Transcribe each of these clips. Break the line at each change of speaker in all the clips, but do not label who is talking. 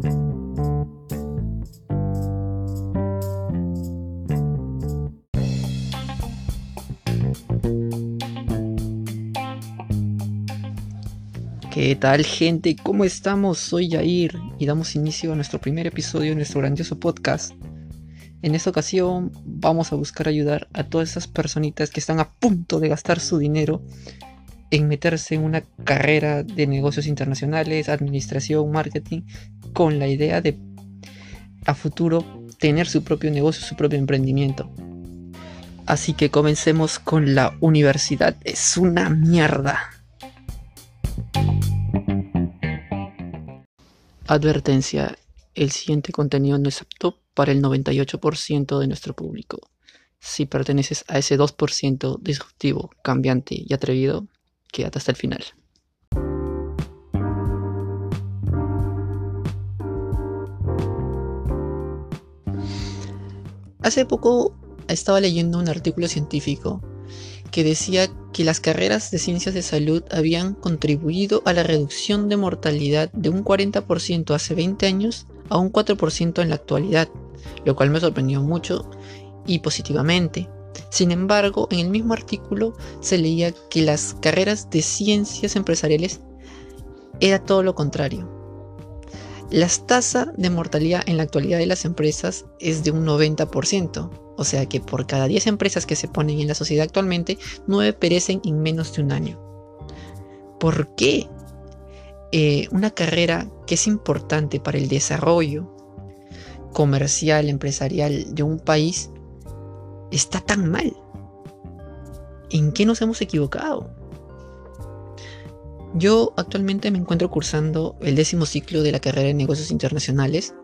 ¿Qué tal, gente? ¿Cómo estamos? Soy Yair y damos inicio a nuestro primer episodio de nuestro grandioso podcast. En esta ocasión vamos a buscar ayudar a todas esas personitas que están a punto de gastar su dinero en meterse en una carrera de negocios internacionales, administración, marketing, con la idea de a futuro tener su propio negocio, su propio emprendimiento. Así que comencemos con la universidad. Es una mierda. Advertencia: el siguiente contenido no es apto para el 98% de nuestro público. Si perteneces a ese 2% disruptivo, cambiante y atrevido, quédate hasta el final. Hace poco estaba leyendo un artículo científico que decía que las carreras de ciencias de salud habían contribuido a la reducción de mortalidad de un 40% hace 20 años a un 4% en la actualidad, lo cual me sorprendió mucho y positivamente. Sin embargo, en el mismo artículo se leía que las carreras de ciencias empresariales era todo lo contrario. La tasa de mortalidad en la actualidad de las empresas es de un 90%. O sea que por cada 10 empresas que se ponen en la sociedad actualmente, 9 perecen en menos de un año. ¿Por qué una carrera que es importante para el desarrollo comercial, empresarial de un país está tan mal? ¿En qué nos hemos equivocado? Yo actualmente me encuentro cursando el 10º ciclo de la carrera de negocios internacionales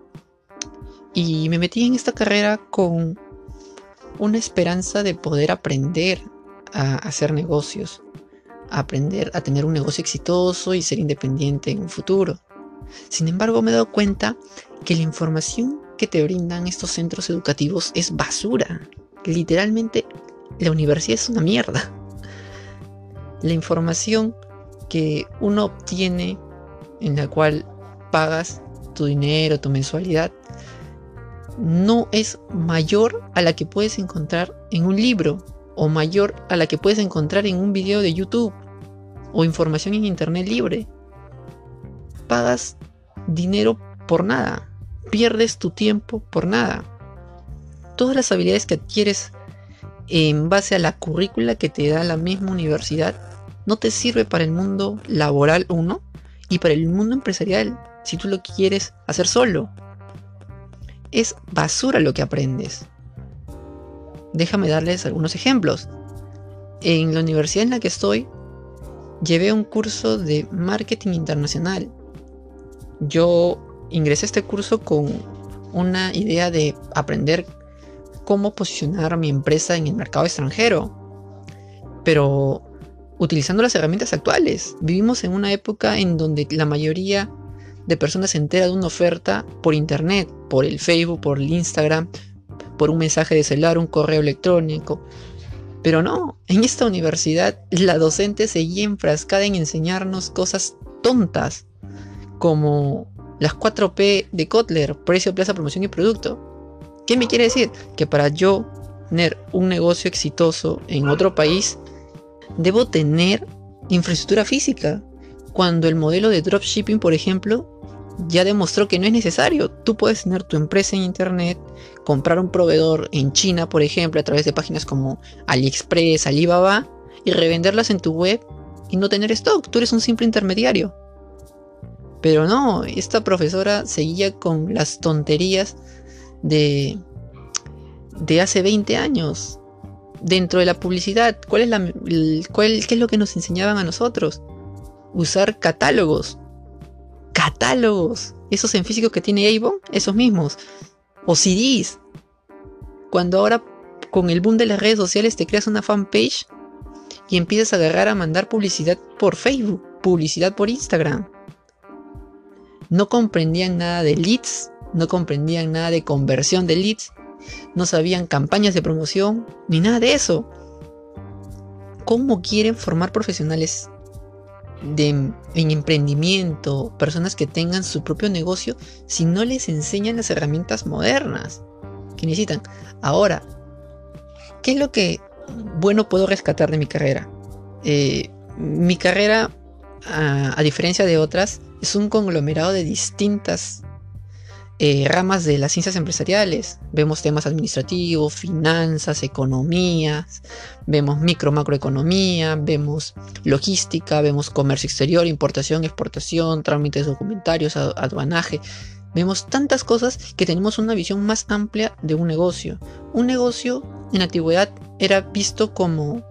y me metí en esta carrera con una esperanza de poder aprender a hacer negocios, a aprender a tener un negocio exitoso y ser independiente en un futuro. Sin embargo, me he dado cuenta que la información que te brindan estos centros educativos es basura. Literalmente, la universidad es una mierda. La información que uno obtiene, en la cual pagas tu dinero, tu mensualidad, no es mayor a la que puedes encontrar en un libro o mayor a la que puedes encontrar en un video de YouTube o información en internet libre. Pagas dinero por nada, pierdes tu tiempo por nada. Todas las habilidades que adquieres en base a la currícula que te da la misma universidad no te sirve para el mundo laboral uno y para el mundo empresarial si tú lo quieres hacer solo. Es basura lo que aprendes. Déjame darles algunos ejemplos. En la universidad en la que estoy, llevé un curso de marketing internacional. Yo ingresé a este curso con una idea de aprender cómo posicionar mi empresa en el mercado extranjero, pero utilizando las herramientas actuales. Vivimos en una época en donde la mayoría de personas se entera de una oferta por internet, por el Facebook, por el Instagram, por un mensaje de celular, un correo electrónico. Pero no, en esta universidad la docente seguía enfrascada en enseñarnos cosas tontas, como las 4P de Kotler: precio, plaza, promoción y producto. ¿Qué me quiere decir? Que para yo tener un negocio exitoso en otro país, debo tener infraestructura física, cuando el modelo de dropshipping, por ejemplo, ya demostró que no es necesario. Tú puedes tener tu empresa en internet, comprar un proveedor en China, por ejemplo, a través de páginas como AliExpress, Alibaba, y revenderlas en tu web y no tener stock. Tú eres un simple intermediario. Pero no, esta profesora seguía con las tonterías de hace 20 años. Dentro de la publicidad, ¿qué es lo que nos enseñaban a nosotros? Usar catálogos, esos en físicos que tiene Avon, esos mismos, o CDs. Cuando ahora con el boom de las redes sociales te creas una fanpage y empiezas a agarrar a mandar publicidad por Facebook, publicidad por Instagram. No comprendían nada de leads, no comprendían nada de conversión de leads, no sabían campañas de promoción, ni nada de eso. ¿Cómo quieren formar profesionales en emprendimiento, personas que tengan su propio negocio, si no les enseñan las herramientas modernas que necesitan? Ahora, ¿qué es lo que bueno puedo rescatar de mi carrera? Mi carrera, a diferencia de otras, es un conglomerado de distintas ramas de las ciencias empresariales. Vemos temas administrativos, finanzas, economías, vemos macroeconomía, vemos logística, vemos comercio exterior, importación, exportación, trámites documentarios, aduanaje. Vemos tantas cosas que tenemos una visión más amplia de un negocio. Un negocio en la antigüedad era visto como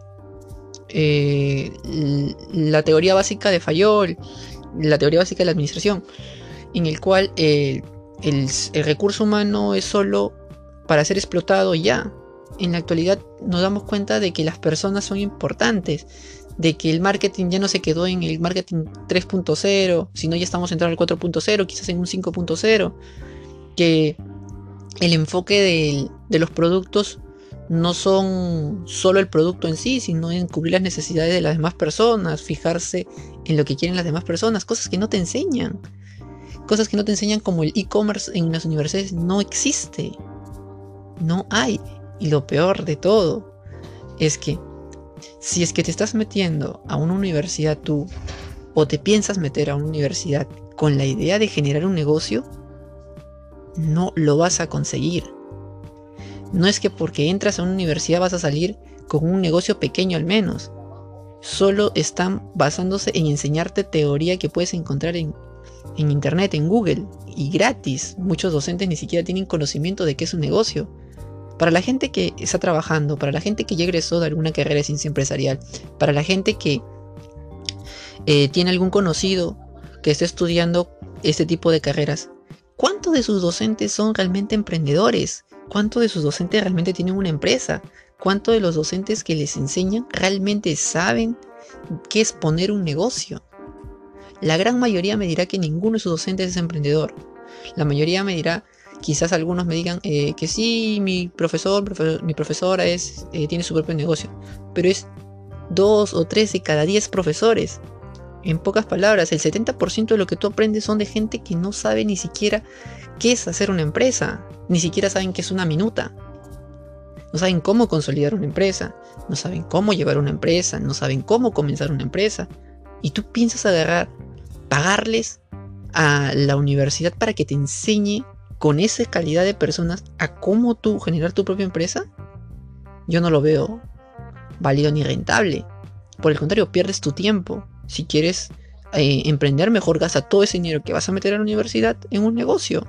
la teoría básica de Fayol, la teoría básica de la administración, en el cual el recurso humano es solo para ser explotado y ya. En la actualidad nos damos cuenta de que las personas son importantes, de que el marketing ya no se quedó en el marketing 3.0, sino ya estamos entrando al 4.0, quizás en un 5.0, que el enfoque de los productos no son solo el producto en sí, sino en cubrir las necesidades de las demás personas, fijarse en lo que quieren las demás personas, cosas que no te enseñan. Cosas que no te enseñan, como el e-commerce en las universidades, no existe. No hay. Y lo peor de todo es que si es que te estás metiendo a una universidad tú, o te piensas meter a una universidad con la idea de generar un negocio, no lo vas a conseguir. No es que porque entras a una universidad vas a salir con un negocio pequeño al menos. Solo están basándose en enseñarte teoría que puedes encontrar en internet, en Google, y gratis. Muchos docentes ni siquiera tienen conocimiento de qué es un negocio. Para la gente que está trabajando, para la gente que ya egresó de alguna carrera de ciencia empresarial, para la gente que tiene algún conocido que está estudiando este tipo de carreras, ¿cuántos de sus docentes son realmente emprendedores? ¿Cuántos de sus docentes realmente tienen una empresa? ¿Cuántos de los docentes que les enseñan realmente saben qué es poner un negocio? La gran mayoría me dirá que ninguno de sus docentes es emprendedor. La mayoría me dirá, quizás algunos me digan que sí, mi profesora tiene su propio negocio, pero es 2 o 3 de cada 10 profesores. En pocas palabras, el 70% de lo que tú aprendes son de gente que no sabe ni siquiera qué es hacer una empresa, ni siquiera saben qué es una minuta. No saben cómo consolidar una empresa, no saben cómo llevar una empresa, no saben cómo comenzar una empresa. Y tú piensas pagarles a la universidad para que te enseñe con esa calidad de personas a cómo tú generar tu propia empresa. Yo no lo veo válido ni rentable. Por el contrario, pierdes tu tiempo. Si quieres emprender, mejor gasta todo ese dinero que vas a meter a la universidad en un negocio.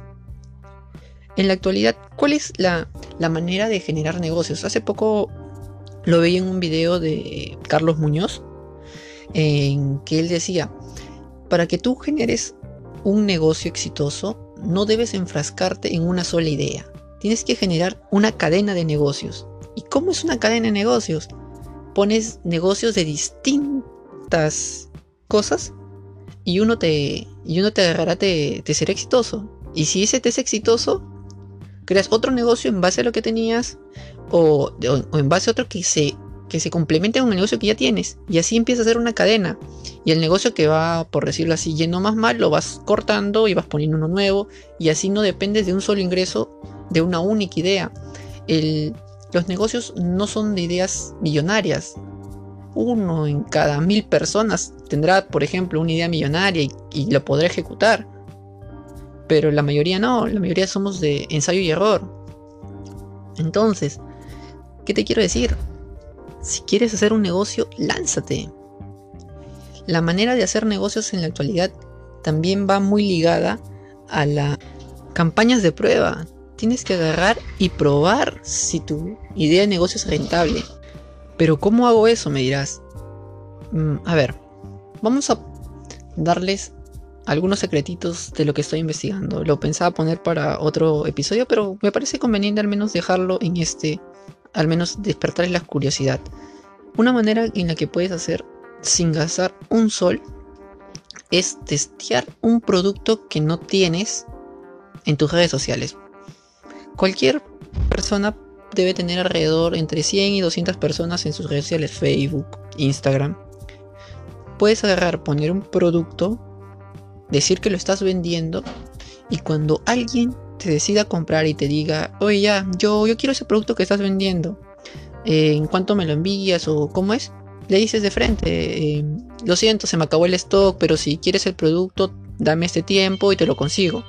En la actualidad, ¿cuál es la manera de generar negocios? Hace poco lo veía en un video de Carlos Muñoz, en que él decía: para que tú generes un negocio exitoso, no debes enfrascarte en una sola idea. Tienes que generar una cadena de negocios. ¿Y cómo es una cadena de negocios? Pones negocios de distintas cosas y uno te agarrará, te será exitoso. Y si ese te es exitoso, creas otro negocio en base a lo que tenías, o en base a otro que se complemente con el negocio que ya tienes. Y así empieza a ser una cadena. Y el negocio que va, por decirlo así, yendo más mal, lo vas cortando y vas poniendo uno nuevo. Y así no dependes de un solo ingreso, de una única idea. Los negocios no son de ideas millonarias. Uno en cada 1000 personas tendrá, por ejemplo, una idea millonaria y lo podrá ejecutar. Pero la mayoría no, la mayoría somos de ensayo y error. Entonces, ¿qué te quiero decir? Si quieres hacer un negocio, lánzate. La manera de hacer negocios en la actualidad también va muy ligada a las campañas de prueba. Tienes que agarrar y probar si tu idea de negocio es rentable. Pero ¿cómo hago eso?, me dirás. A ver, vamos a darles algunos secretitos de lo que estoy investigando. Lo pensaba poner para otro episodio, pero me parece conveniente al menos dejarlo en este, al menos despertarles la curiosidad. Una manera en la que puedes hacer sin gastar un sol es testear un producto que no tienes en tus redes sociales. Cualquier persona debe tener alrededor entre 100 y 200 personas en sus redes sociales, Facebook, Instagram. puedes agarrar, poner un producto, decir que lo estás vendiendo, y cuando alguien te decida comprar y te diga, oye, ya, yo quiero ese producto que estás vendiendo, ¿en cuánto me lo envías o cómo es? Le dices de frente, lo siento, se me acabó el stock, pero si quieres el producto, dame este tiempo y te lo consigo.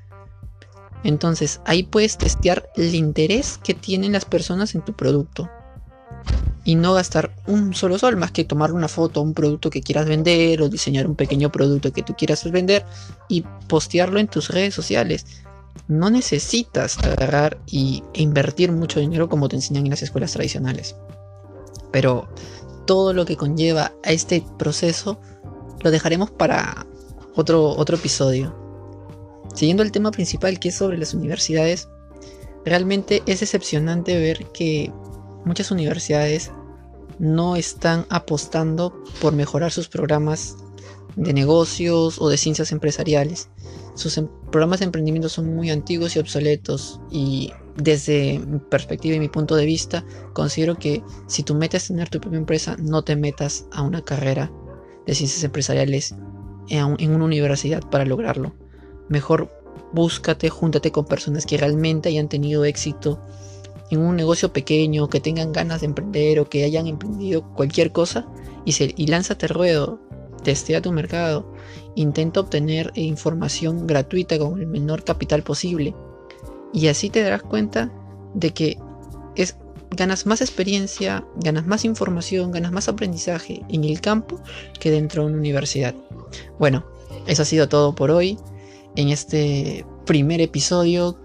Entonces ahí puedes testear el interés que tienen las personas en tu producto y no gastar un solo sol, más que tomar una foto a un producto que quieras vender o diseñar un pequeño producto que tú quieras vender y postearlo en tus redes sociales. No necesitas agarrar e invertir mucho dinero como te enseñan en las escuelas tradicionales, pero todo lo que conlleva a este proceso lo dejaremos para otro episodio. Siguiendo el tema principal, que es sobre las universidades, realmente es decepcionante ver que muchas universidades no están apostando por mejorar sus programas de negocios o de ciencias empresariales. Sus programas de emprendimiento son muy antiguos y obsoletos, y desde mi perspectiva y mi punto de vista considero que si tu meta es tener tu propia empresa, no te metas a una carrera de ciencias empresariales en una universidad para lograrlo. Mejor júntate con personas que realmente hayan tenido éxito en un negocio pequeño, que tengan ganas de emprender o que hayan emprendido cualquier cosa, y lánzate al ruedo, testea tu mercado, intenta obtener información gratuita con el menor capital posible, y así te darás cuenta de que ganas más experiencia, ganas más información, ganas más aprendizaje en el campo que dentro de una universidad. Bueno, eso ha sido todo por hoy en este primer episodio.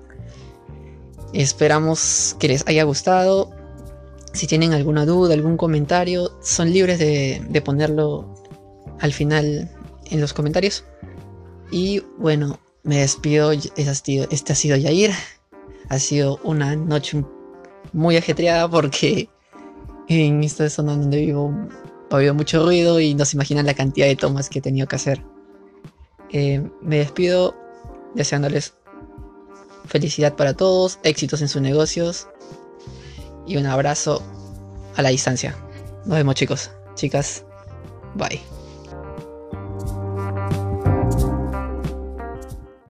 Esperamos que les haya gustado. Si tienen alguna duda, algún comentario, son libres de ponerlo al final en los comentarios. Y bueno, me despido. Este ha sido Yair. Ha sido una noche muy ajetreada porque en esta zona donde vivo ha habido mucho ruido y no se imaginan la cantidad de tomas que he tenido que hacer. Me despido deseándoles felicidad para todos, éxitos en sus negocios y un abrazo a la distancia. Nos vemos, chicos, chicas. Bye.